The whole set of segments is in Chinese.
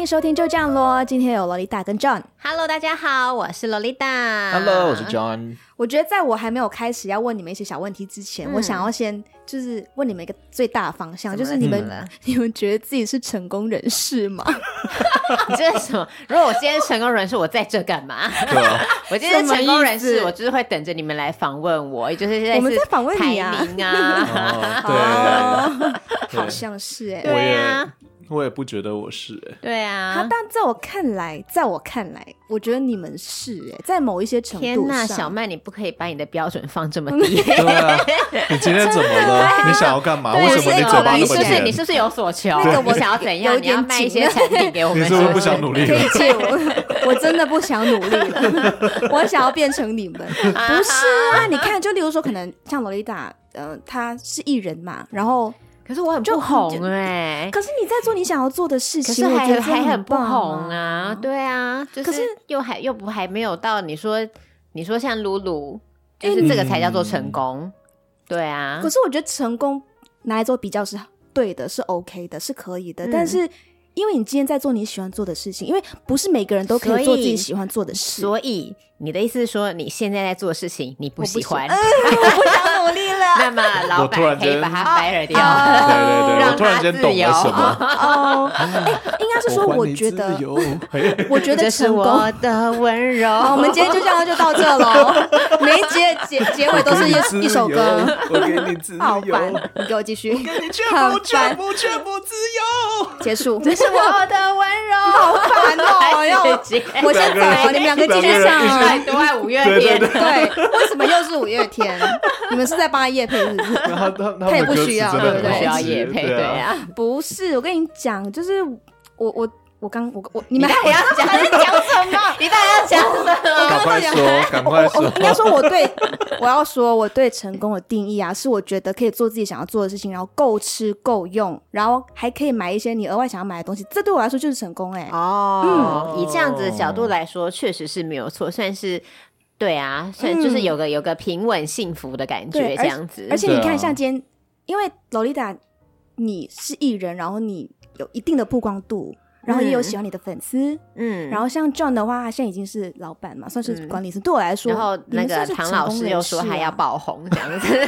迎收听就这样咯，今天有萝莉大跟 John。 Hello， 大家好，我是萝莉大。 Hello， 我是 John。 我觉得在我还没有开始要问你们一些小问题之前，我想要先就是问你们一个最大的方向，就是你们觉得自己是成功人士吗？ 你这是什么？如果我今天是成功人士，我在这干嘛？ 对啊， 我今天是成功人士，我就是会等着你们来访问我，也就是我们在访问你啊， 排名啊， 对， 好像是哎， 对啊。 我也不觉得我是对啊， 但在我看来，我觉得你们是在某一些程度上。 天哪，小曼，你不可以把你的标准放这么低。 对啊，你今天怎么了？你想要干嘛？为什么你嘴巴那么甜？ 你是不是有所求？ 你想要怎样？你要卖一些产品给我们？ 你是不是不想努力了？ 可以借我真的不想努力了，我想要变成你们。不是啊，你看，就例如说，可能像萝莉达，她是艺人嘛，然后。 可是我很不红可是你在做你想要做的事情， 可是还很不红啊，对啊，就是可是还没有到你说像露露，就是这个才叫做成功，对啊。 可是我觉得成功拿来做比较是对的，是 OK 的，是可以的，但是因为你今天在做你喜欢做的事情，因为不是每个人都可以做自己喜欢做的事， 所以你的意思是说你现在在做的事情你不喜欢， 我不想努力了。 那么老板可以把它 fire 掉， 对， 让我突然间懂了什么。 应该是说我觉得这是我的温柔。 好，我们今天就这样就到这了，每一结尾都是一首歌。 我给你自由， 好烦，你给我继续。 我给你全部自由。 结束， 这是我的温柔。 好烦哦！我先走，你们两个继续唱。 都爱五月天， 对，为什么又是五月天？你们是在帮他业配是不是？ 他也不需要，对不对？ 不需要业配，对啊。 不是，我跟你讲，就是我你们还要讲什么？你到底要讲什么？ 赶快说！ 应该说我对成功的定义啊，是我觉得可以做自己想要做的事情，然后够吃够用，然后还可以买一些你额外想要买的东西，这对我来说就是成功以这样子的角度来说，确实是没有错，算是。对啊，就是有个平稳幸福的感觉这样子。 而且你看，像今天，因为萝莉达你是艺人，然后你有一定的曝光度，然后也有喜欢你的粉丝，然后像 John 的话，他现在已经是老板嘛，算是管理层。对我来说， 然后那个唐老师又说还要爆红这样子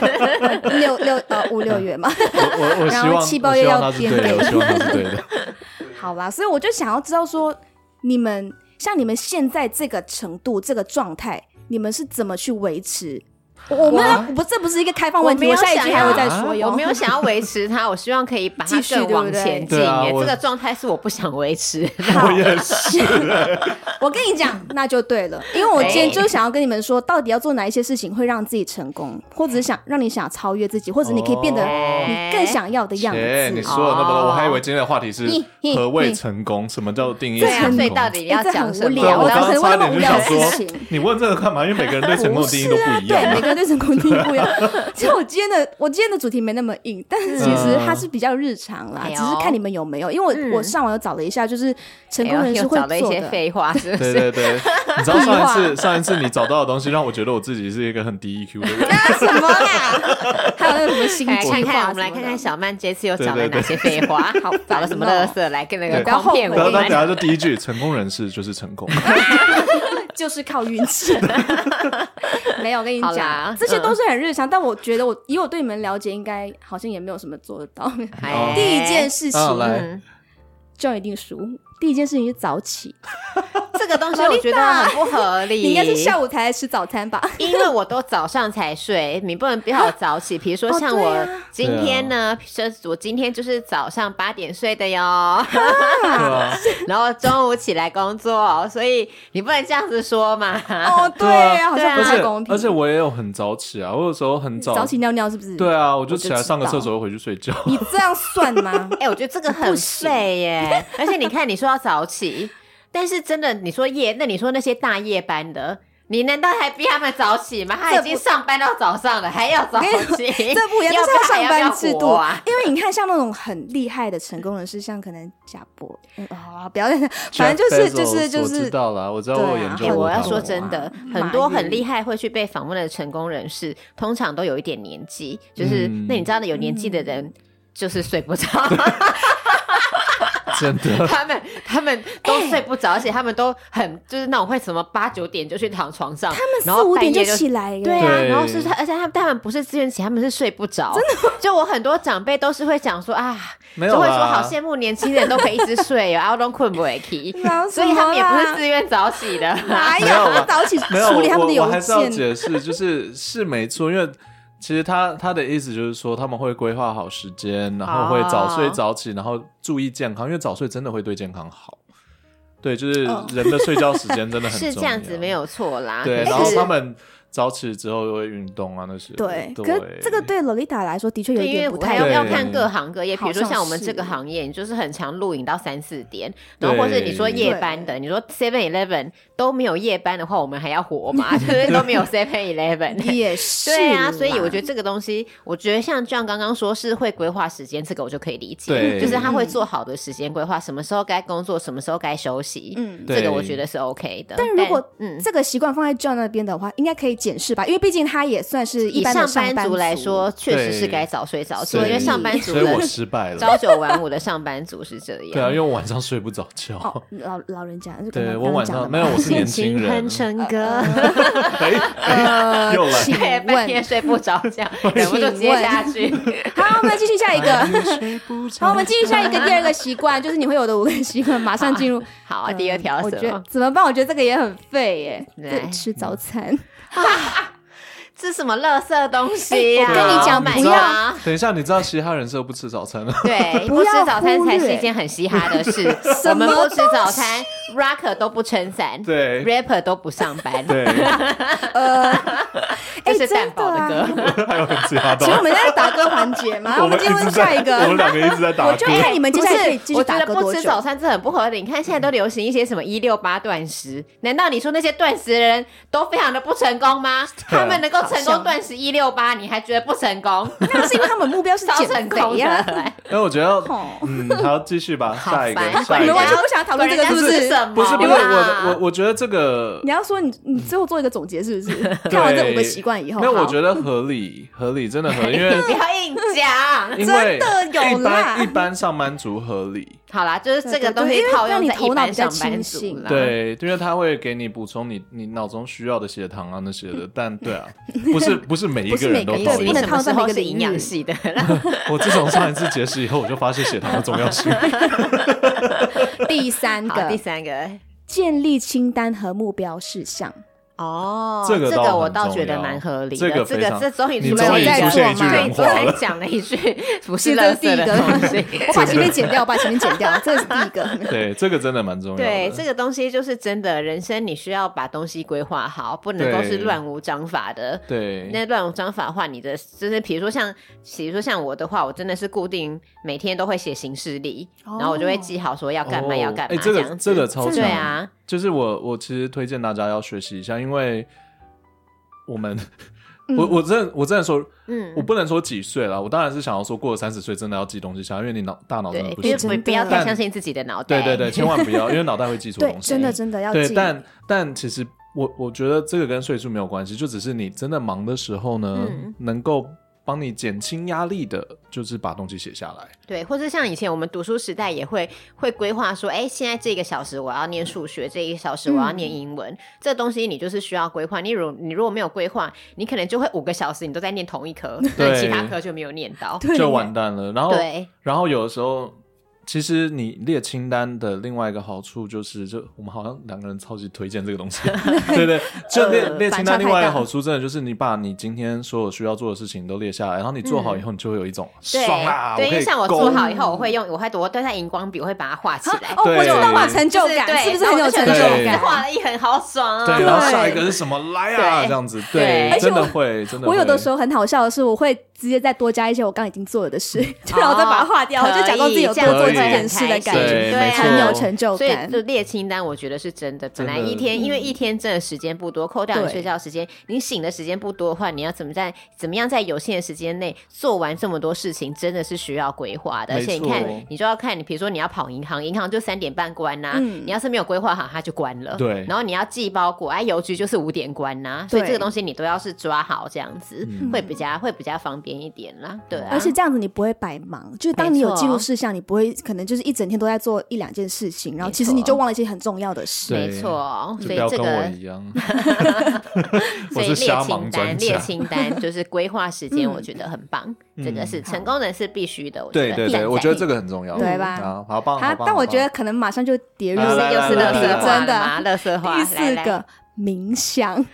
5-6月嘛， 我然后7-8月要编给， 我希望他是对的。 好吧，所以我就想要知道说，你们现在这个程度、这个状态。你们是怎么去维持？这不是一个开放问题，我下一句还会再说。 我没有想要维持它，我希望可以把它更往前进。这个状态是我不想维持。 我也是。 我跟你讲，那就对了，因为我今天就想要跟你们说，到底要做哪一些事情会让自己成功，或者是让你想超越自己，或者你可以变得你更想要的样子。 你说了那么多，我还以为今天的话题是何谓成功，什么叫定义成功？ 所以到底要讲什么？ 我刚刚差点就想说， 你问这个干嘛？因为每个人对成功的定义都不一样。 对，每个人对成功的定义不一样。其实我今天的主题没那么硬，但是其实它是比较日常啦，只是看你们有没有。因为我上网又找了一下，就是成功人士会做的一些废话，是不是？ 对，你知道上一次你找到的东西，让我觉得我自己是一个很低 EQ 的人。 什么呀？还有那个什么心机话？ 我们来看看小曼这次又找了哪些废话，好，找了什么垃圾来跟那个诓骗我。 然后等下就第一句，成功人士就是成功。 就是靠运气。没有，我跟你讲，这些都是很日常，但我觉得以我对你们了解，应该好像也没有什么做得到。第一件事情就一定输。第一件事情是早起。 这个东西我觉得很不合理。 你应该是下午才来吃早餐吧？ 因为我都早上才睡，你不能比较早起。比如说像我今天呢，我今天就是早上8点睡的哟，然后中午起来工作，所以你不能这样子说嘛。 对啊，好像不太公平。 而且我也有很早起啊，我有时候很早起尿尿，是不是？ 对啊，我就起来上个厕所又回去睡觉。 你这样算吗？ 我觉得这个很废耶。而且你看，你说要早起。但是真的，你说那你说那些大夜班的，你难道还逼他们早起吗？他已经上班到早上了，还要早起？ 这不一样，这是上班制度啊！因为你看，像那种很厉害的成功人士，像可能贾博，不要再，反正就是我知道了，我知道我有研究过。 我要说真的，很多很厉害会去被访问的成功人士，通常都有一点年纪，就是那你知道的，有年纪的人就是睡不着。 真的， 他们都睡不着，而且他们都很就是那种会什么8、9点就去躺床上， 他们4、5点就起来耶。 对啊，然后而且他们不是自愿起，他们是睡不着。真的，就我很多长辈都是会讲说啊，就会说好羡慕年轻人都可以一直睡哦，然后都困不起，所以他们也不是自愿早起的。 哪有他们早起处理他们的邮件？ 我还是要解释，是没错，因为其实他的意思就是说他们会规划好时间，然后会早睡早起，然后注意健康，因为早睡真的会对健康好。对，就是人的睡觉时间真的很重要。 是这样子没有错啦。 对，然后他们早起之后又会运动啊那些。 对，可是这个对 Lolita 来说的确有一点不太一样， 要看各行各业。比如说像我们这个行业，你就是很常录影到3、4点，然后或是你说夜班的，你说 7-Eleven 都没有夜班的话，我们还要活吗？就是都没有 7-Eleven 也是。 对啊，所以我觉得这个东西，我觉得像刚刚说是会规划时间，这个我就可以理解，就是他会做好的时间规划，什么时候该工作，什么时候该休息，这个我觉得是 OK 的。 但如果这个习惯放在 John 那边的话，应该可以检视吧，因为毕竟他也算是一般的上班族来说，确实是该早睡早起。因为上班族所以我失败了， 朝9晚5的上班族是这样。 对啊，因为我晚上睡不着觉。 老人家， 对我晚上没有，我是年轻人。 哼成歌， 又来， 对，半夜睡不着觉，忍不住接下去。 好，我们继续下一个。好，我们继续下一个第2个习惯，就是你会有的5个习惯，马上进入。 好啊，第2条我觉得怎么办？我觉得这个也很废耶，吃早餐。 这什么垃圾东西啊！ 我跟你讲，不要。 等一下，你知道嘻哈人设不吃早餐了？ 对，不吃早餐才是一件很嘻哈的事。我们不吃早餐 ，Rocker 都不撑伞， 对 ，Rapper 都不上班， 对。 这是蛋堡的歌。 还有很其他的。 请问我们在打歌环节吗？我们进入下一个。 我们2个一直在打歌。 我就看你们接下来可以继续打歌多久。 我觉得不吃早餐这很不合理。你看现在都流行一些什么168断食，难道你说那些断食的人都非常的不成功吗？他们能够成功断食168，你还觉得不成功？ 那是因为他们目标是减肥呀。 因为我觉得，好，继续吧，下一个。 你们完全不想讨论这个，是不是？ 不是，我觉得这个， 你要说你最后做一个总结，是不是？看完这5个习惯以后， 没有，我觉得合理，真的合理，因为不要硬讲， 真的有啦。 一般上班族合理。 好啦，就是这个东西套用在一般上班族啦。 对，因为它会给你补充你脑中需要的血糖啊那些的，但对啊，不是每一个人都套用， 不能套在每个营养系的。 我自从上一次节食以后，我就发现血糖的重要性。 第三个，建立清单和目标事项。 哦， 这个我倒觉得蛮合理的。这终于出现一句人话了， 才讲了一句不是垃圾的东西。 我把前面剪掉，这是第一个。 对，这个真的蛮重要的。 对，这个东西就是真的，人生你需要把东西规划好，不能够是乱无章法的。 对， 那乱无章法的话，你的就是比如说像我的话，我真的是固定每天都会写行事历，然后我就会记好说要干嘛要干嘛。 这个超强。 对啊。 就是我其实推荐大家要学习一下，因为我们我真的说，我不能说几岁了，我当然是想要说过了30岁真的要记东西下，因为你大脑真的不行， 不要太相信自己的脑袋。 对，千万不要，因为脑袋会记错东西。 对，真的要记。 对，但其实我觉得这个跟岁数没有关系，就只是你真的忙的时候呢，能够帮你减轻压力的，就是把东西写下来。 对，或者像以前我们读书时代也会规划说，现在这个小时我要念数学，这1个小时我要念英文，这东西你就是需要规划。你如果没有规划，你可能就会5个小时你都在念同一科，那其他科就没有念到， 就完蛋了。然后有的时候。其实你列清单的另外一个好处就是，我们好像2个人超级推荐这个东西，对，就列清单另外一个好处，真的就是你把你今天所有需要做的事情都列下来，然后你做好以后，你就会有一种爽啦。 对，因为像我做好以后，我会对它荧光笔，我会把它画起来。 我知道画成就感，是不是很有成就感？ 画了一横，好爽啊！ 对，然后下一个是什么来啊？这样子，对，真的会。 我有的时候很好笑的是，我会直接再多加一些我刚已经做了的事，然后再把它划掉，我就假装自己有多做这件事的感觉。 对， 很有成就感。 所以就列清单，我觉得是真的。本来一天，因为一天真的时间不多，扣掉你睡觉时间，你醒的时间不多的话，你要怎么样在有限的时间内做完这么多事情，真的是需要规划的。而且你看，你就要看，你比如说你要跑银行就3点半关呐，你要是没有规划好，它就关了。 对。 然后你要寄包裹，邮局就是5点关呐，所以这个东西你都要是抓好，这样子会比较方便。 便一点啦。对啊， 而且这样子你不会白忙，就是当你有记录事项，你不会可能就是一整天都在做1-2件事情，然后其实你就忘了一些很重要的事。 没错，所以这个跟我一样所以列清单就是规划时间，我觉得很棒。这个是成功人是必须的，我觉得。 对，我觉得这个很重要， 对吧？ 好棒， 但我觉得可能马上就跌入又是垃圾话真的垃圾话。 第4个冥想。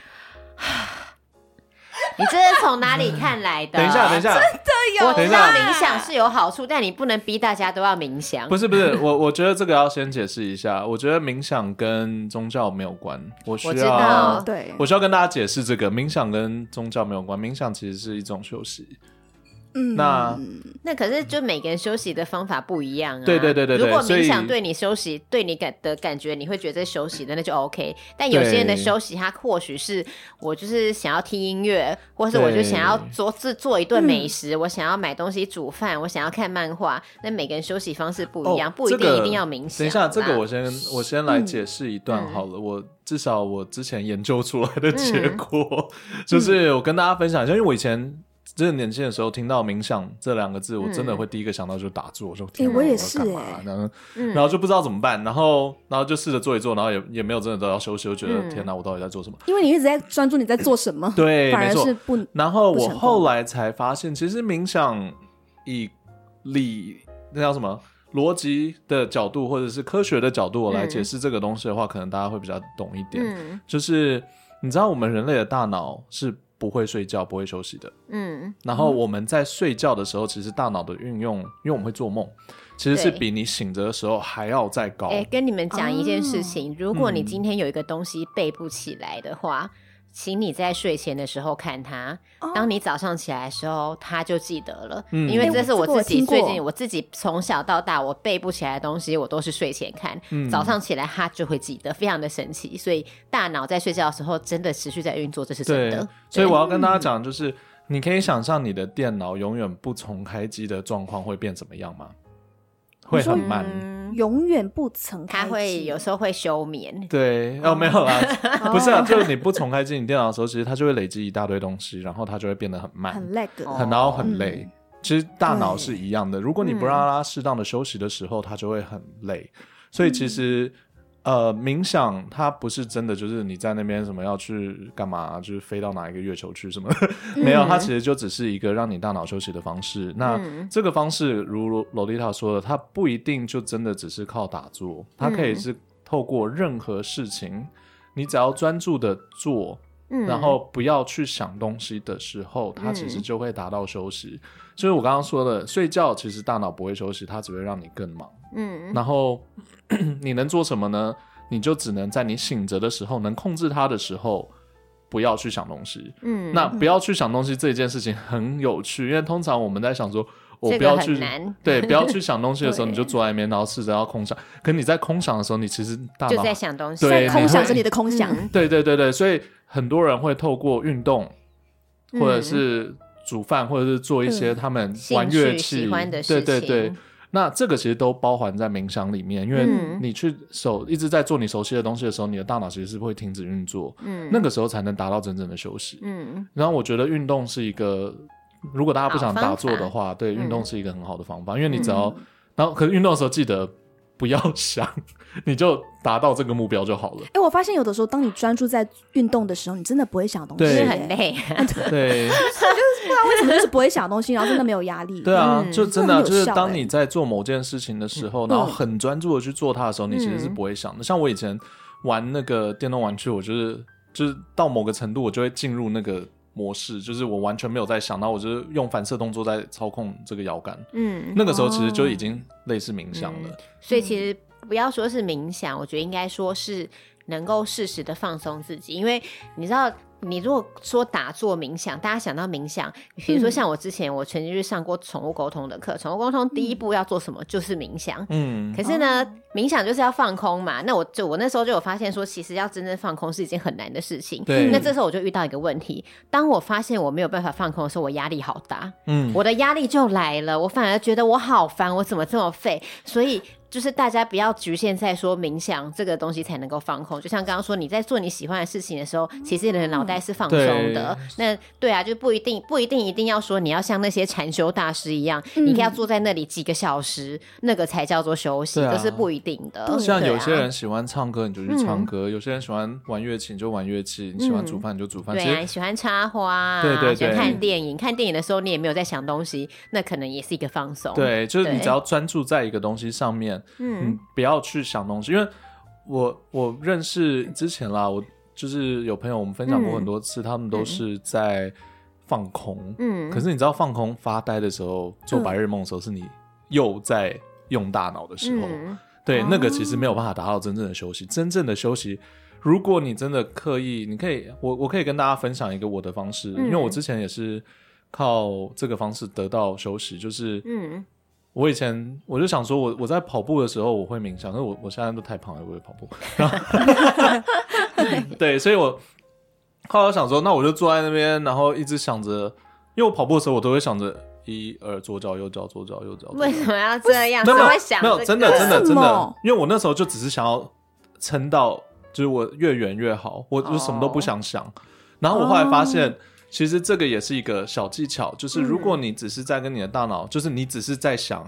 你这是从哪里看来的？ 等一下， 真的有。 我知道冥想是有好处，但你不能逼大家都要冥想。 不是，我觉得这个要先解释一下。我觉得冥想跟宗教没有关，我需要跟大家解释这个冥想跟宗教没有关。冥想其实是一种休息。那可是就每个人休息的方法不一样啊。 对。 如果冥想对你休息，对你的感觉，你会觉得这休息的那就 OK。但有些人的休息，他或许是我就是想要听音乐，或是我就想要做一顿美食，我想要买东西煮饭，我想要看漫画。那每个人休息方式不一样，不一定要冥想。 等一下，这个我先来解释一段好了。至少我之前研究出来的结果，就是我跟大家分享一下，因为我以前真的年轻的时候听到冥想这2个字，我真的会第一个想到就是打坐。我说我也是然后就不知道怎么办，然后就试着做一做，然后也没有真的都要休息，我觉得天哪，我到底在做什么？ 因为你一直在专注你在做什么， 对， 反而是不。 然后我后来才发现，其实冥想以那叫什么逻辑的角度或者是科学的角度我来解释这个东西的话，可能大家会比较懂一点。就是你知道我们人类的大脑是不会睡觉不会休息的，然后我们在睡觉的时候，其实大脑的运用，因为我们会做梦，其实是比你醒着的时候还要再高。 跟你们讲一件事情，如果你今天有一个东西背不起来的话，请你在睡前的时候看它，当你早上起来的时候他就记得了。因为这是我自己最近我自己从小到大我背不起来的东西，我都是睡前看，早上起来他就会记得，非常的神奇。所以大脑在睡觉的时候真的持续在运作，这是真的。 所以我要跟大家讲，就是你可以想象你的电脑永远不重开机的状况会变怎么样吗？会很慢， 永远不曾开机， 它会有时候会休眠。 对，没有啦，不是啊，就是你不重开机你电脑的时候，其实它就会累积一大堆东西，然后它就会变得很慢， 很 lag， 然后很累。其实大脑是一样的，如果你不让它适当的休息的时候，它就会很累。所以其实冥想它不是真的就是你在那边什么要去干嘛，就是飞到哪一个月球去什么的没有，它其实就只是一个让你大脑休息的方式。那这个方式如Lolita说的，它不一定就真的只是靠打坐，它可以是透过任何事情，你只要专注的做，然后不要去想东西的时候，它其实就会达到休息。就是我刚刚说的，睡觉其实大脑不会休息，它只会让你更忙。然后你能做什么呢？你就只能在你醒着的时候，能控制它的时候，不要去想东西。那不要去想东西这一件事情很有趣，因为通常我们在想说我不要去、对，不要去想东西的时候你就坐在那边，然后试着要空想。可你在空想的时候，你其实大脑就在想东西， 在空想着你的空想。 对，所以很多人会透过运动或者是煮饭或者是做一些他们玩乐器喜欢的事情。 对，那这个其实都包含在冥想里面，因为你去一直在做你熟悉的东西的时候，你的大脑其实是会停止运作，那个时候才能达到真正的休息。然后我觉得运动是一个，如果大家不想打坐的话，对，运动是一个很好的方法，因为你只要然后可是运动的时候记得不要想，你就达到这个目标就好了。 我发现有的时候当你专注在运动的时候，你真的不会想东西， 对，很累对就是不知道为什么就是不会想东西，然后真的没有压力。 对啊，就真的就是当你在做某件事情的时候，然后很专注的去做它的时候，你其实是不会想的。像我以前玩那个电动玩具，我就是到某个程度我就会进入那个模式，就是我完全没有在想，然后我就是用反射动作在操控这个摇杆。那个时候其实就已经类似冥想了。 所以其实不要说是冥想，我觉得应该说是能够适时的放松自己。因为你知道你如果说打坐冥想，大家想到冥想，比如说像我之前我曾经去上过宠物沟通的课，宠物沟通第一步要做什么就是冥想。可是呢冥想就是要放空嘛，那我那时候就有发现说，其实要真正放空是一件很难的事情。那这时候我就遇到一个问题，当我发现我没有办法放空的时候，我压力好大。我的压力就来了，我反而觉得我好烦，我怎么这么废。所以就是大家不要局限在说冥想这个东西才能够放空，就像刚刚说你在做你喜欢的事情的时候，其实你的脑袋是放松的。那对啊，就不一定一定要说你要像那些禅修大师一样，你要坐在那里几个小时，那个才叫做休息，这是不一定的。 像有些人喜欢唱歌，你就去唱歌；有些人喜欢玩乐器，你就玩乐器；你喜欢煮饭，你就煮饭。 对啊，你喜欢插花，对，喜欢看电影。看电影的时候，你也没有在想东西，那可能也是一个放松。 对，就是你只要专注在一个东西上面。不要去想东西，因为我认识之前啦，我就是有朋友我们分享过很多次，他们都是在放空，可是你知道放空发呆的时候，做白日梦的时候，是你又在用大脑的时候，对，那个其实没有办法达到真正的休息。真正的休息，如果你真的刻意，你可以，我可以跟大家分享一个我的方式，因为我之前也是靠这个方式得到休息，就是我以前我就想说我在跑步的时候我会冥想，可是我现在都太胖了，我会跑步。对，所以我后来想说，那我就坐在那边，然后一直想着，因为我跑步的时候我都会想着1、2，左脚右脚，左脚右脚。 为什么要这样？怎么会想、这个？ 没有，真的，因为我那时候就只是想要撑到，就是我越远越好，我就什么都不想想。然后我后来发现。其实这个也是一个小技巧，就是如果你只是在跟你的大脑，就是你只是在想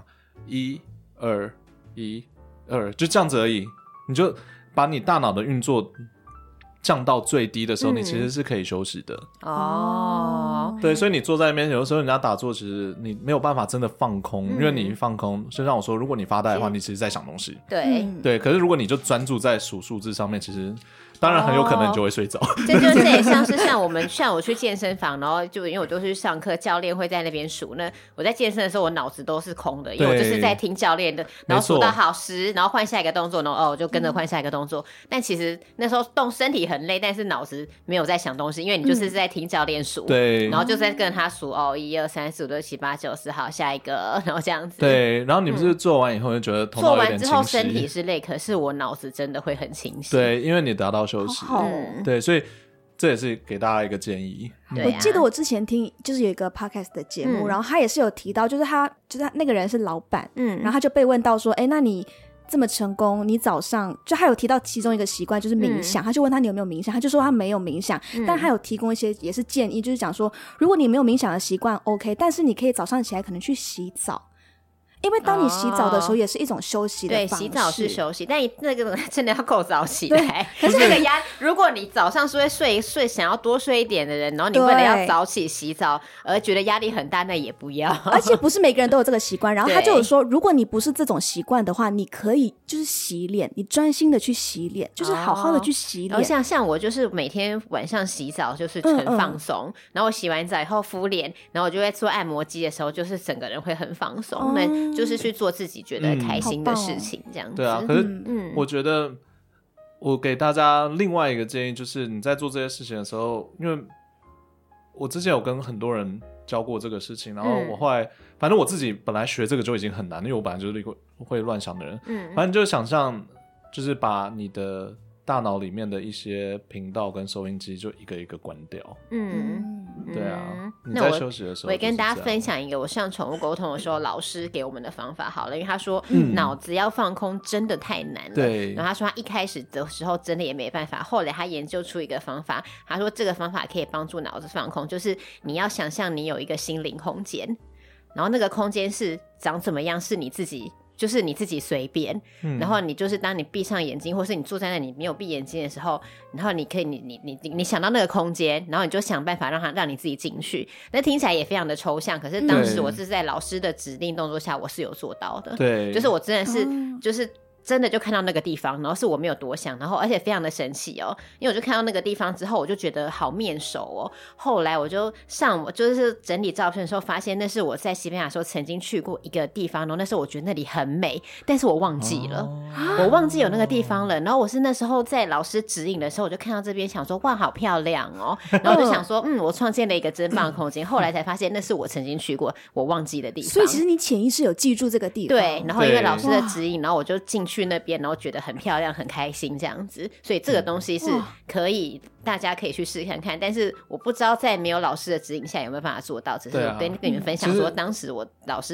1、2、1、2，就这样子而已，你就把你大脑的运作降到最低的时候，你其实是可以休息的。对，所以你坐在那边，有的时候人家打坐，其实你没有办法真的放空，因为你一放空，就像我说，如果你发呆的话，你其实在想东西。对，可是如果你就专注在数数字上面，其实。当然很有可能你就会睡着。 这也像是像我去健身房，然后就因为我都是去上课，教练会在那边数。那我在健身的时候，我脑子都是空的，因为我就是在听教练的，然后数到好10，然后换下一个动作，然后我就跟着换下一个动作。但其实那时候身体很累，但是脑子没有在想东西，因为你就是在听教练数，对，然后就在跟他数1、2、3、4、5、6、7、8、9、10，好，下一个，然后这样子。 对，然后你不是做完以后就觉得头脑有点清晰， 做完之后身体是累，可是我脑子真的会很清晰。 对，因为你得到休息。对，所以这也是给大家一个建议。 我记得我之前听就是有一个 podcast 的节目，然后他也是有提到，就是他那个人是老板，然后他就被问到说，那你这么成功，你早上就他有提到其中一个习惯就是冥想，他就问他你有没有冥想，他就说他没有冥想，但他有提供一些也是建议，就是讲说如果你没有冥想的习惯 OK， 但是你可以早上起来可能去洗澡。因为当你洗澡的时候也是一种休息的方式。 对，洗澡是休息，但那个真的要够早起来。可是那个如果你早上是会睡想要多睡一点的人，然后你为了要早起洗澡而觉得压力很大，那也不要。 而且不是每个人都有这个习惯。然后他就有说，如果你不是这种习惯的话，你可以就是洗脸，你专心的去洗脸，就是好好的去洗脸。 然后像我就是每天晚上洗澡就是纯放松，然后我洗完澡以后敷脸，然后我就会做按摩机的时候，就是整个人会很放松。那就是去做自己觉得开心的事情，这样子。 对啊，可是我觉得我给大家另外一个建议，就是你在做这些事情的时候，因为我之前有跟很多人教过这个事情，然后我后来反正我自己本来学这个就已经很难，因为我本来就是会乱想的人。反正就想象就是把你的大脑里面的一些频道跟收音机就一个一个关掉。对啊，你在休息的时候， 我也跟大家分享一个我上宠物沟通的时候老师给我们的方法好了，因为他说脑子要放空真的太难了。对，然后他说他一开始的时候真的也没办法，后来他研究出一个方法，他说这个方法可以帮助脑子放空，就是你要想象你有一个心灵空间，然后那个空间是长怎么样是你自己，就是你自己随便，然后你就是当你闭上眼睛，或是你坐在那里没有闭眼睛的时候，然后你可以你想到那个空间，然后你就想办法让你自己进去。那听起来也非常的抽象，可是当时我是在老师的指令动作下，我是有做到的。对，就是我真的是就是真的就看到那个地方，然后是我没有多想，然后而且非常的神奇哦，因为我就看到那个地方之后，我就觉得好面熟哦。后来我就是整理照片的时候，发现那是我在西班牙的时候曾经去过一个地方，然后那时候我觉得那里很美，但是我忘记了，我忘记有那个地方了。然后我是那时候在老师指引的时候，我就看到这边想说哇好漂亮哦，然后我就想说我创建了一个真棒的空间。后来才发现那是我曾经去过我忘记的地方， 所以其实你潜意识有记住这个地方。 对，然后因为老师的指引，然后我就进去那边，然后觉得很漂亮很开心这样子，所以这个东西是可以大家可以去试看看，但是我不知道在没有老师的指引下有没有办法做到，只是我跟你们分享说当时我老师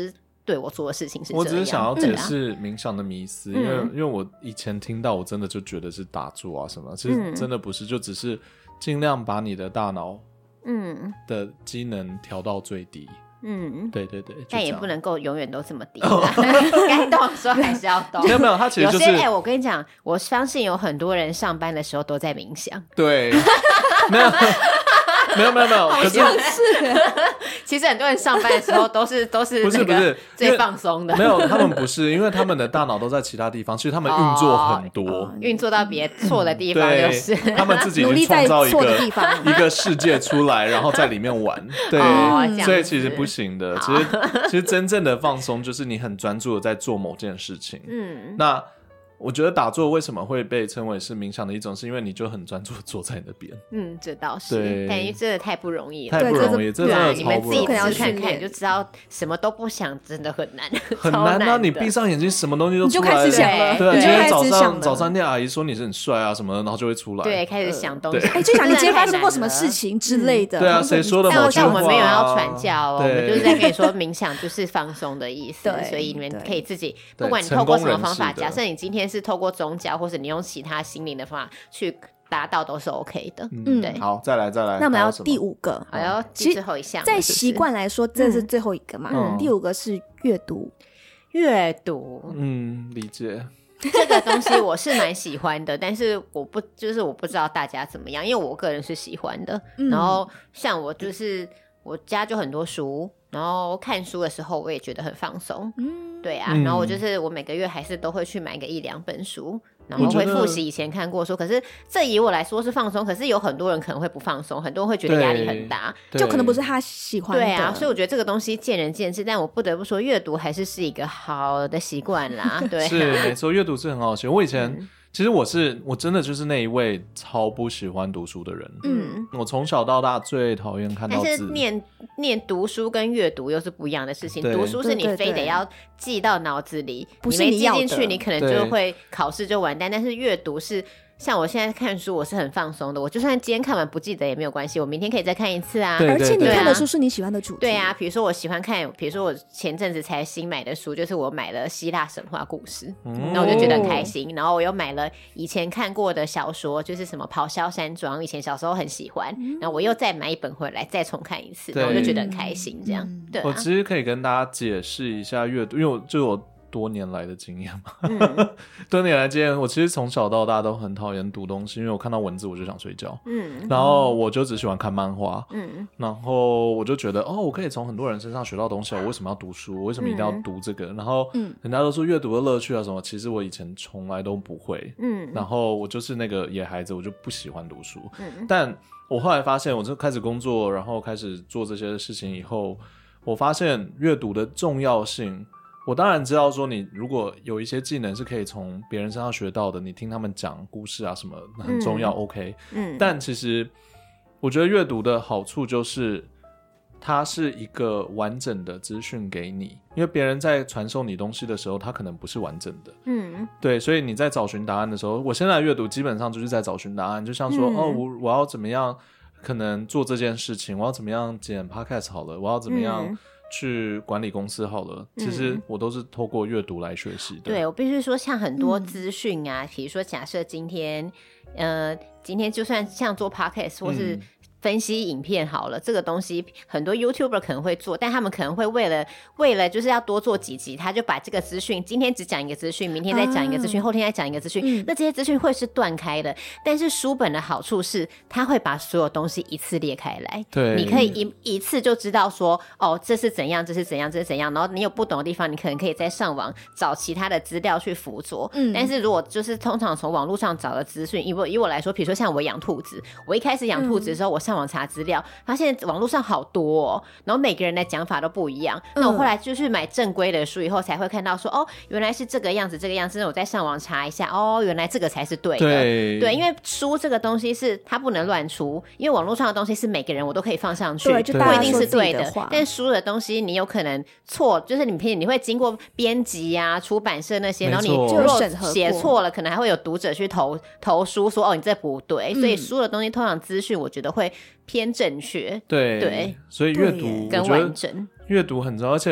对我做的事情是这样。 我只是想要解释冥想的迷思，因为我以前听到我真的就觉得是打坐啊什么，其实真的不是，就只是尽量把你的大脑的机能调到最低。对对对， 但也不能够永远都这么低，该动的时候还是要动。 没有，他其实就是有些我跟你讲，我相信有很多人上班的时候都在冥想。 对，没有，可是其实很多人上班的时候都是不是最放松的。 没有，他们不是，因为他们的大脑都在其他地方，其实他们运作很多， 运作到别错的地方，就是他们自己已经创造一个世界出来，然后在里面玩。对，所以其实不行的。其实真正的放松就是你很专注的在做某件事情。那我觉得打坐为什么会被称为是冥想的一种，是因为你就很专注的坐在那边。 这倒是，但因为真的太不容易了， 太不容易，真的你们自己试看看，你就知道什么都不想真的很难， 很难啊！你闭上眼睛，什么东西都出来了， 你就开始想了。 对，今天早餐店阿姨说你是很帅啊什么的，然后就会出来。 对，开始想东西。 就想你今天发生过什么事情之类的。 对啊，谁说的？ 但我们没有要传教哦，我们就是在跟你说冥想就是放松的意思，所以你们可以自己，不管你透过什么方法，假设你今天是透过宗教，或者你用其他心灵的方法去达到，都是 OK 的。对， 好，再来。 那我们要第5个， 最后一项， 在习惯来说，这是最后一个嘛。第5个是阅读， 理解。 这个东西我是蛮喜欢的，但是我不知道大家怎么样，因为我个人是喜欢的。然后像我就是我家就很多书，然后看书的时候我也觉得很放松。对啊，然后我每个月还是都会去买个1-2本书，然后会复习以前看过书。可是这以我来说是放松，可是有很多人可能会不放松，很多人会觉得压力很大， 就可能不是他喜欢的。 对啊，所以我觉得这个东西见仁见智，但我不得不说阅读还是一个好的习惯啦。对， 是没错，阅读是很好的习惯。我以前其实我真的就是那一位超不喜欢读书的人。我从小到大最讨厌看到字。 但是念读书跟阅读又是不一样的事情。读书是你非得要记到脑子里， 不是你没记进去，你可能就会考试就完蛋。但是阅读是。像我现在看书我是很放松的，我就算今天看完不记得也没有关系，我明天可以再看一次啊。 而且你看的书是你喜欢的主题。 对啊，比如说我喜欢看，比如说我前阵子才新买的书，就是我买了希腊神话故事，然后我就觉得很开心。然后我又买了以前看过的小说，就是什么咆哮山庄，以前小时候很喜欢，然后我又再买一本回来再重看一次，然后我就觉得很开心这样。对啊， 我其实可以跟大家解释一下阅读，因为我多年来的经验嘛，多年来经验，我其实从小到大都很讨厌读东西，因为我看到文字我就想睡觉，然后我就只喜欢看漫画，然后我就觉得我可以从很多人身上学到东西，我为什么要读书？我为什么一定要读这个？然后人家都说阅读的乐趣啊什么，其实我以前从来都不会，然后我就是那个野孩子，我就不喜欢读书，但我后来发现，我就开始工作，然后开始做这些事情以后，我发现阅读的重要性。我当然知道说你如果有一些技能是可以从别人身上学到的，你听他们讲故事啊什么很重要，OK。但其实我觉得阅读的好处就是它是一个完整的资讯给你，因为别人在传授你东西的时候它可能不是完整的，对，所以你在找寻答案的时候，我现在阅读基本上就是在找寻答案，就像说我要怎么样可能做这件事情，我要怎么样剪 podcast 好了，我要怎么样去管理公司好了，其实我都是透过阅读来学习的。 对，我必须说像很多资讯啊，比如说假设今天就算像做 podcast 或是分析影片好了，这个东西很多 YouTuber 可能会做，但他们可能会为了就是要多做几集，他就把这个资讯今天只讲一个资讯，明天再讲一个资讯，后天再讲一个资讯，那这些资讯会是断开的。但是书本的好处是他会把所有东西一次列开来， 对， 你可以一次就知道说这是怎样，这是怎样，这是怎样，然后你有不懂的地方你可能可以在上网找其他的资料去辅佐。但是如果就是通常从网络上找的资讯，以我来说，比如说像我养兔子，我一开始养兔子的时候，我上网查资料，发现网络上好多然后每个人的讲法都不一样。那我后来就去买正规的书以后，才会看到说原来是这个样子，这个样子。那我再上网查一下，原来这个才是对的。对，因为书这个东西是它不能乱出，因为网络上的东西是每个人我都可以放上去， 对，就不一定是对的。但书的东西你有可能错，就是你会经过编辑啊、出版社那些，然后你如果写错了，可能还会有读者去投书说你这不对。所以书的东西通常资讯我觉得会偏正确。 对，所以阅读跟完整， 阅读很重要。而且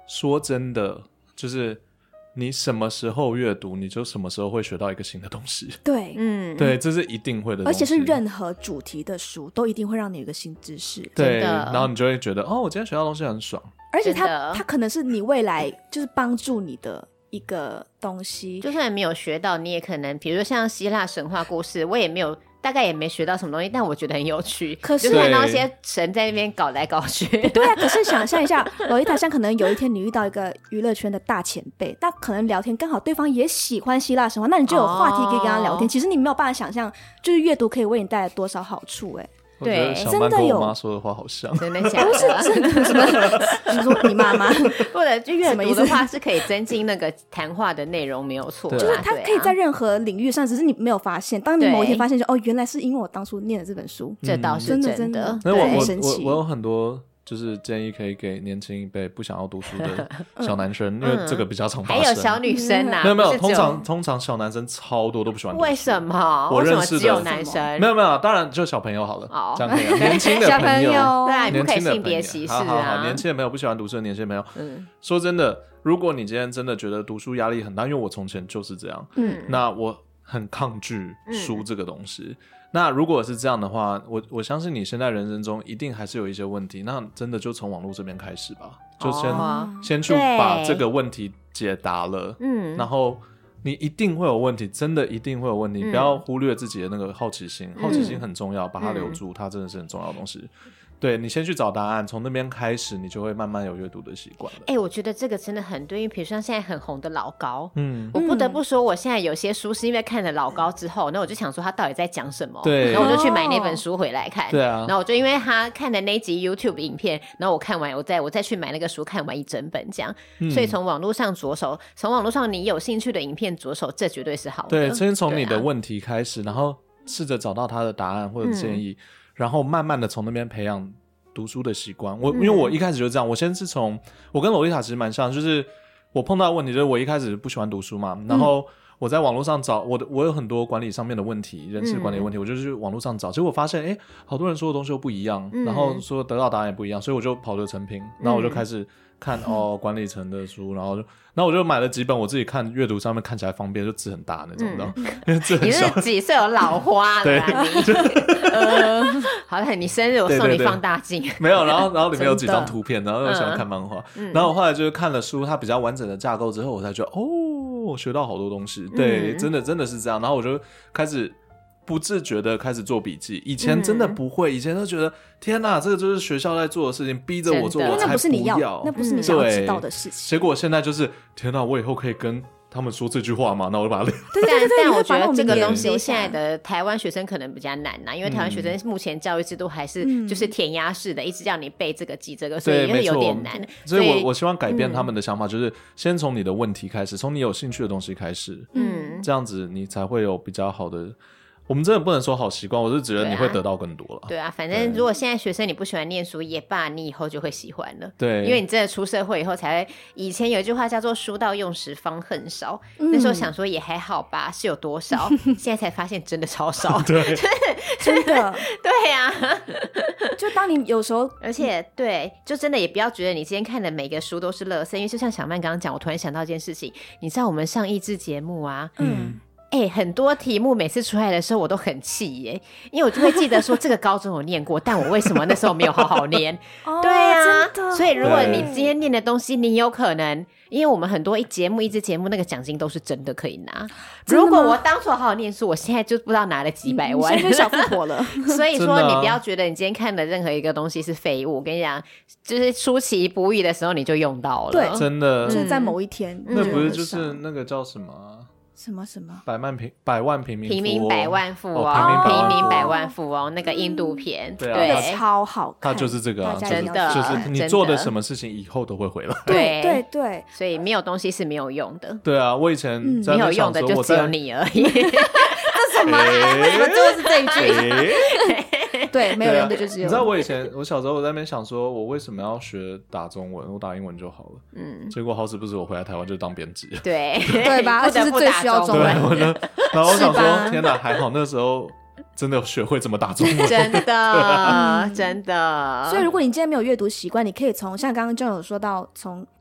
说真的，就是你什么时候阅读，你就什么时候会学到一个新的东西。 对， 对，这是一定会的东西， 而且是任何主题的书都一定会让你有一个新知识。 对，然后你就会觉得我今天学到东西很爽， 而且它可能是你未来就是帮助你的一个东西。 就算没有学到，你也可能比如说像希腊神话故事，我也没有大概也没学到什么东西，但我觉得很有趣。 可是就看到一些神在那边搞来搞去。 对啊，可是想象一下，洛丽塔像可能有一天你遇到一个娱乐圈的大前辈，但可能聊天刚好对方也喜欢希腊神话，那你就有话题可以跟他聊天。其实你没有办法想象，就是阅读可以为你带来多少好处。 我觉得小曼跟我妈说的话好像， 真的假的？ 不是真的什么？你说你妈妈， 或者就阅读的话是可以增进那个谈话的内容，没有错。 就是它可以在任何领域上，只是你没有发现。当你某一天发现，原来是因为我当初念的这本书， 这倒是真的。 我有很多就是建议可以给年轻一辈不想要读书的小男生，因为这个比较常发生。 还有小女生啊？ 没有，通常小男生超多都不喜欢读书。 为什么？ 我认识的只有男生？ 没有，当然就小朋友好了，这样可以。年轻的朋友， 对，不可以性别歧视啊。 好，年轻的朋友不喜欢读书的年轻的朋友，说真的，如果你今天真的觉得读书压力很大，因为我从前就是这样，那我很抗拒书这个东西。那如果是这样的话，我相信你现在人生中一定还是有一些问题，那真的就从网络这边开始吧，就先去把这个问题解答了，然后你一定会有问题，真的一定会有问题，不要忽略自己的那个好奇心，好奇心很重要，把它留住，它真的是很重要的东西。对，你先去找答案，从那边开始，你就会慢慢有阅读的习惯了。 我觉得这个真的很对，因为比如说像现在很红的老高，我不得不说，我现在有些书是因为看了老高之后，那我就想说他到底在讲什么， 对， 然后我就去买那本书回来看， 对啊， 然后我就因为他看的那集 YouTube 影片，然后我看完，我再去买那个书看完一整本这样，所以从网络上着手，从网络上你有兴趣的影片着手，这绝对是好的。 对，先从你的问题开始，然后试着找到他的答案或者建议，然后慢慢的从那边培养读书的习惯。因为我一开始就这样，我先是从我跟洛丽塔其实蛮像，就是我碰到的问题就是我一开始不喜欢读书嘛，然后我在网络上找我有很多管理上面的问题，人事管理的问题，我就去网络上找，结果发现好多人说的东西都不一样，然后说得到答案也不一样，所以我就跑流程评，然后我就开始看管理层的书，然后我就买了几本我自己看阅读上面看起来方便，就字很大那种的。 你是几岁有老花了啊你？好了，你生日我送你放大镜。 没有，然后里面有几张图片，然后又喜欢看漫画，然后我后来就是看了书它比较完整的架构之后，我才觉得我学到好多东西。对，真的是这样，然后我就开始不自觉的开始做笔记，以前真的不会，以前都觉得天哪，这个就是学校在做的事情，逼着我做，我才不要， 那不是你想要知道的事情。 结果现在就是天哪，我以后可以跟他们说这句话吗？那我就把它留。 但我觉得这个东西现在的台湾学生可能比较难因为台湾学生目前教育制度还是就是填鸭式的，一直叫你背这个记这个，所以有点难。 所以我希望改变他们的想法，就是先从你的问题开始，从你有兴趣的东西开始，这样子你才会有比较好的。我们真的不能说好习惯，我是觉得你会得到更多了。 对啊，反正如果现在学生你不喜欢念书也罢，你以后就会喜欢了。 对， 因为你真的出社会以后才会。以前有一句话叫做"书到用时方恨少"，那时候想说也还好吧，是有多少？现在才发现真的超少。 对， 真的。 对啊， 就当你有时候， 而且对，就真的也不要觉得你今天看的每个书都是垃圾，因为就像小曼刚刚讲，我突然想到一件事情，你知道我们上益智节目啊，很多题目每次出来的时候我都很气耶，因为我就会记得说这个高中有念过，但我为什么那时候没有好好念？对啊，所以如果你今天念的东西，你有可能，因为我们很多一支节目那个奖金都是真的可以拿。如果我当初好好念书，我现在就不知道拿了几百万， 现在就小富婆了。 所以说你不要觉得你今天看的任何一个东西是废物，我跟你讲，就是出其不意的时候你就用到了。 对， 真的就是在某一天。 那不是就是那个叫什么什么百万平民平民百万富翁，平民百万富翁那个印度片， 对， 超好看。 它就是这个， 真的， 就是你做的什么事情以后都会回来。 对，所以没有东西是没有用的。 对啊，我以前没有用的就只有你而已。 这什么？为什么就是这一句？对，没有用的就只有你知道我小时候我在那边想说，我为什么要学打中文？我打英文就好了。结果好死不死，我回来台湾就当编辑。 对吧？而且是最需要中文。 然后我想说，天哪，还好那时候真的学会怎么打中文。 真的真的。 所以如果你今天没有阅读习惯，你可以从像刚刚John有说到，从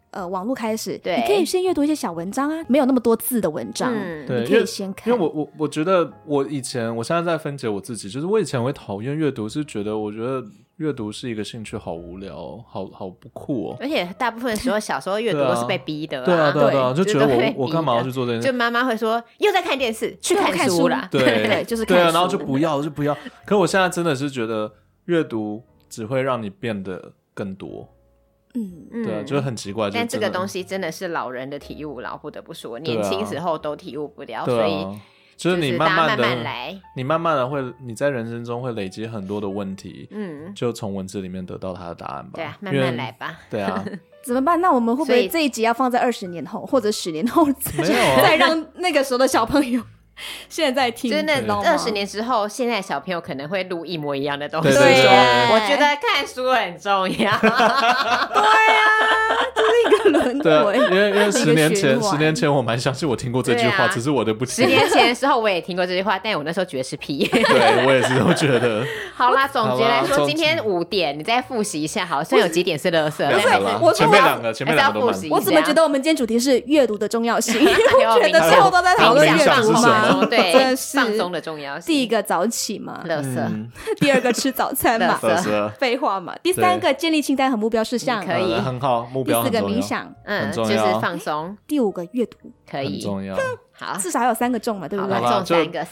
网络开始， 对， 你可以先阅读一些小文章啊，没有那么多字的文章， 对， 你可以先看。 因为我觉得我现在在分解我自己，就是我以前会讨厌阅读，是觉得我觉得阅读是一个兴趣，好无聊，好不酷哦。 而且大部分时候小时候阅读都是被逼的， 对啊，就觉得我干嘛要去做这件事？ 就妈妈会说又在看电视，去看书啦。 对，就是看书。 对啊，然后就不要。可我现在真的是觉得阅读只会让你变得更多。对啊，就很奇怪。 但这个东西真的是老人的体悟，不得不说，年轻时候都体悟不了，所以。 就是你慢慢来， 你慢慢的你在人生中会累积很多的问题，就从文字里面得到它的答案吧。 对啊，慢慢来吧。 对啊， 怎么办？那我们会不会这一集要放在20年后或者10年后再让那个时候的小朋友现在听？ 就是那20年之后，现在小朋友可能会录一模一样的东西。 对， 我觉得看书很重要。对啊，这是一个轮回。 因为10年前我蛮相信我听过这句话，只是我的不听。 10年前的时候我也听过这句话，但我那时候觉得是屁。 对，我也是这么觉得。 好啦，总结来说，今天5点你再复习一下，好像有几点是垃圾。 前面两个都蛮。 我怎么觉得我们今天主题是阅读的重要性？我觉得最后都在讨论阅读吗？ 对，放松的重要性。 第一个早起嘛， 垃圾。 第二个吃早餐嘛，废话嘛。第三个建立清单和目标事项， 可以很好，目标很重要。 第4个冥想， 就是放松。 第5个阅读， 可以很重要。 好， 至少有3个中嘛，对不对？ 中3个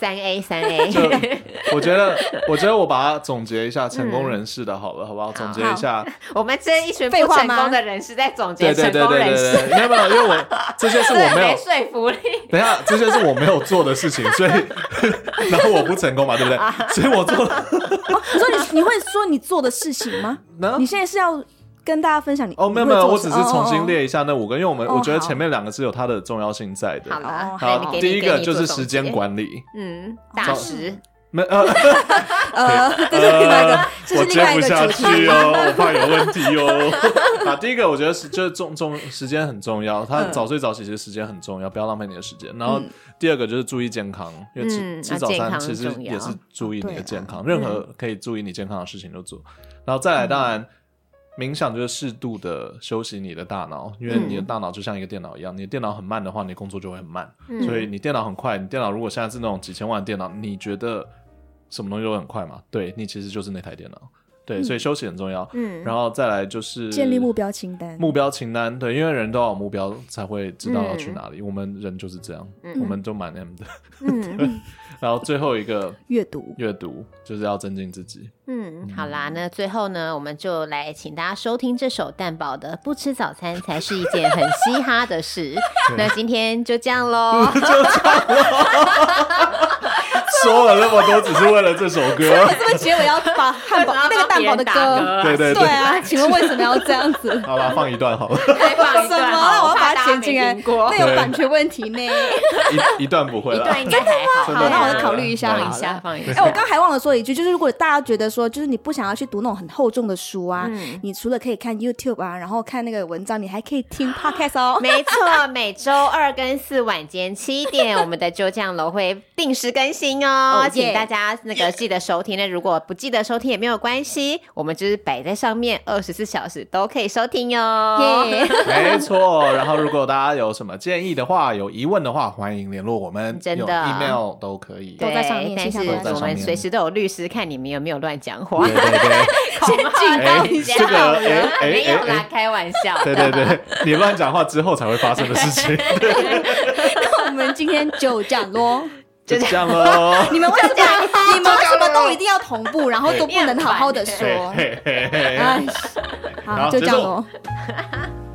，3A。 我觉得我把它总结一下，成功人士的好了，好不好？总结一下， 我们这一群不成功的人士在总结成功人士。 没有，因为这些是我没有说服力。 等一下，这些是我没有做的事情，所以然后我不成功嘛，对不对？所以我做。 所以你会说你做的事情吗？你现在是要跟大家分享你没有，我只是重新列一下那5个，因为我觉得前面2个是有它的重要性在的。 好， 第一个就是时间管理， 大师。 我接不下去哦，我怕有问题哦。第一个我觉得就是时间很重要，他早睡早起其实时间很重要，不要浪费你的时间。然后第二个就是注意健康，因为吃早餐其实也是注意你的健康，任何可以注意你健康的事情都做。然后再来，当然冥想就是适度的休息你的大脑，因为你的大脑就像一个电脑一样，你的电脑很慢的话，你的工作就会很慢。所以你电脑很快，你电脑如果现在是那种几千万的电脑，你觉得什么东西都很快嘛？对，你其实就是那台电脑。对，所以休息很重要。然后再来就是建立目标清单。 目标清单，对，因为人都要有目标才会知道要去哪里。我们人就是这样，我们都蛮 M 的。然后最后一个阅读就是要增进自己。 好啦，那最后呢，我们就来请大家收听这首蛋堡的《不吃早餐才是一件很嘻哈的事》。那今天就这样咯。 说了那么多，只是为了这首歌。 是不是结尾要把汉堡那个蛋堡的歌？ 对啊，请问为什么要这样子？ 好吧，放一段好了。 放一段好， 我要把它剪进来，那有版权问题呢。 一段不会了， 一段应该还好。 好，那我再考虑一下。 放一下。 我刚还忘了说一句，就是如果大家觉得说，就是你不想要去读那种很厚重的书啊，你除了可以看 YouTube 啊，然后看那个文章，你还可以听 Podcast 哦。 没错，每周2跟4晚间7点，我们的就酱楼会定时更新哦，请大家记得收听。那如果不记得收听也没有关系，我们就是摆在上面，24小时都可以收听哟。 没错。然后如果大家有什么建议的话，有疑问的话，欢迎联络我们， 真的 email 都可以， 都在上面。 但是我们随时都有律师看你们有没有乱讲话。 先警告一下， 没有啦，开玩笑。 对，你乱讲话之后才会发生的事情。 那我们今天就这样咯。 就这样咯。 你们为什么都一定要同步，然后都不能好好的说？好，就这样咯。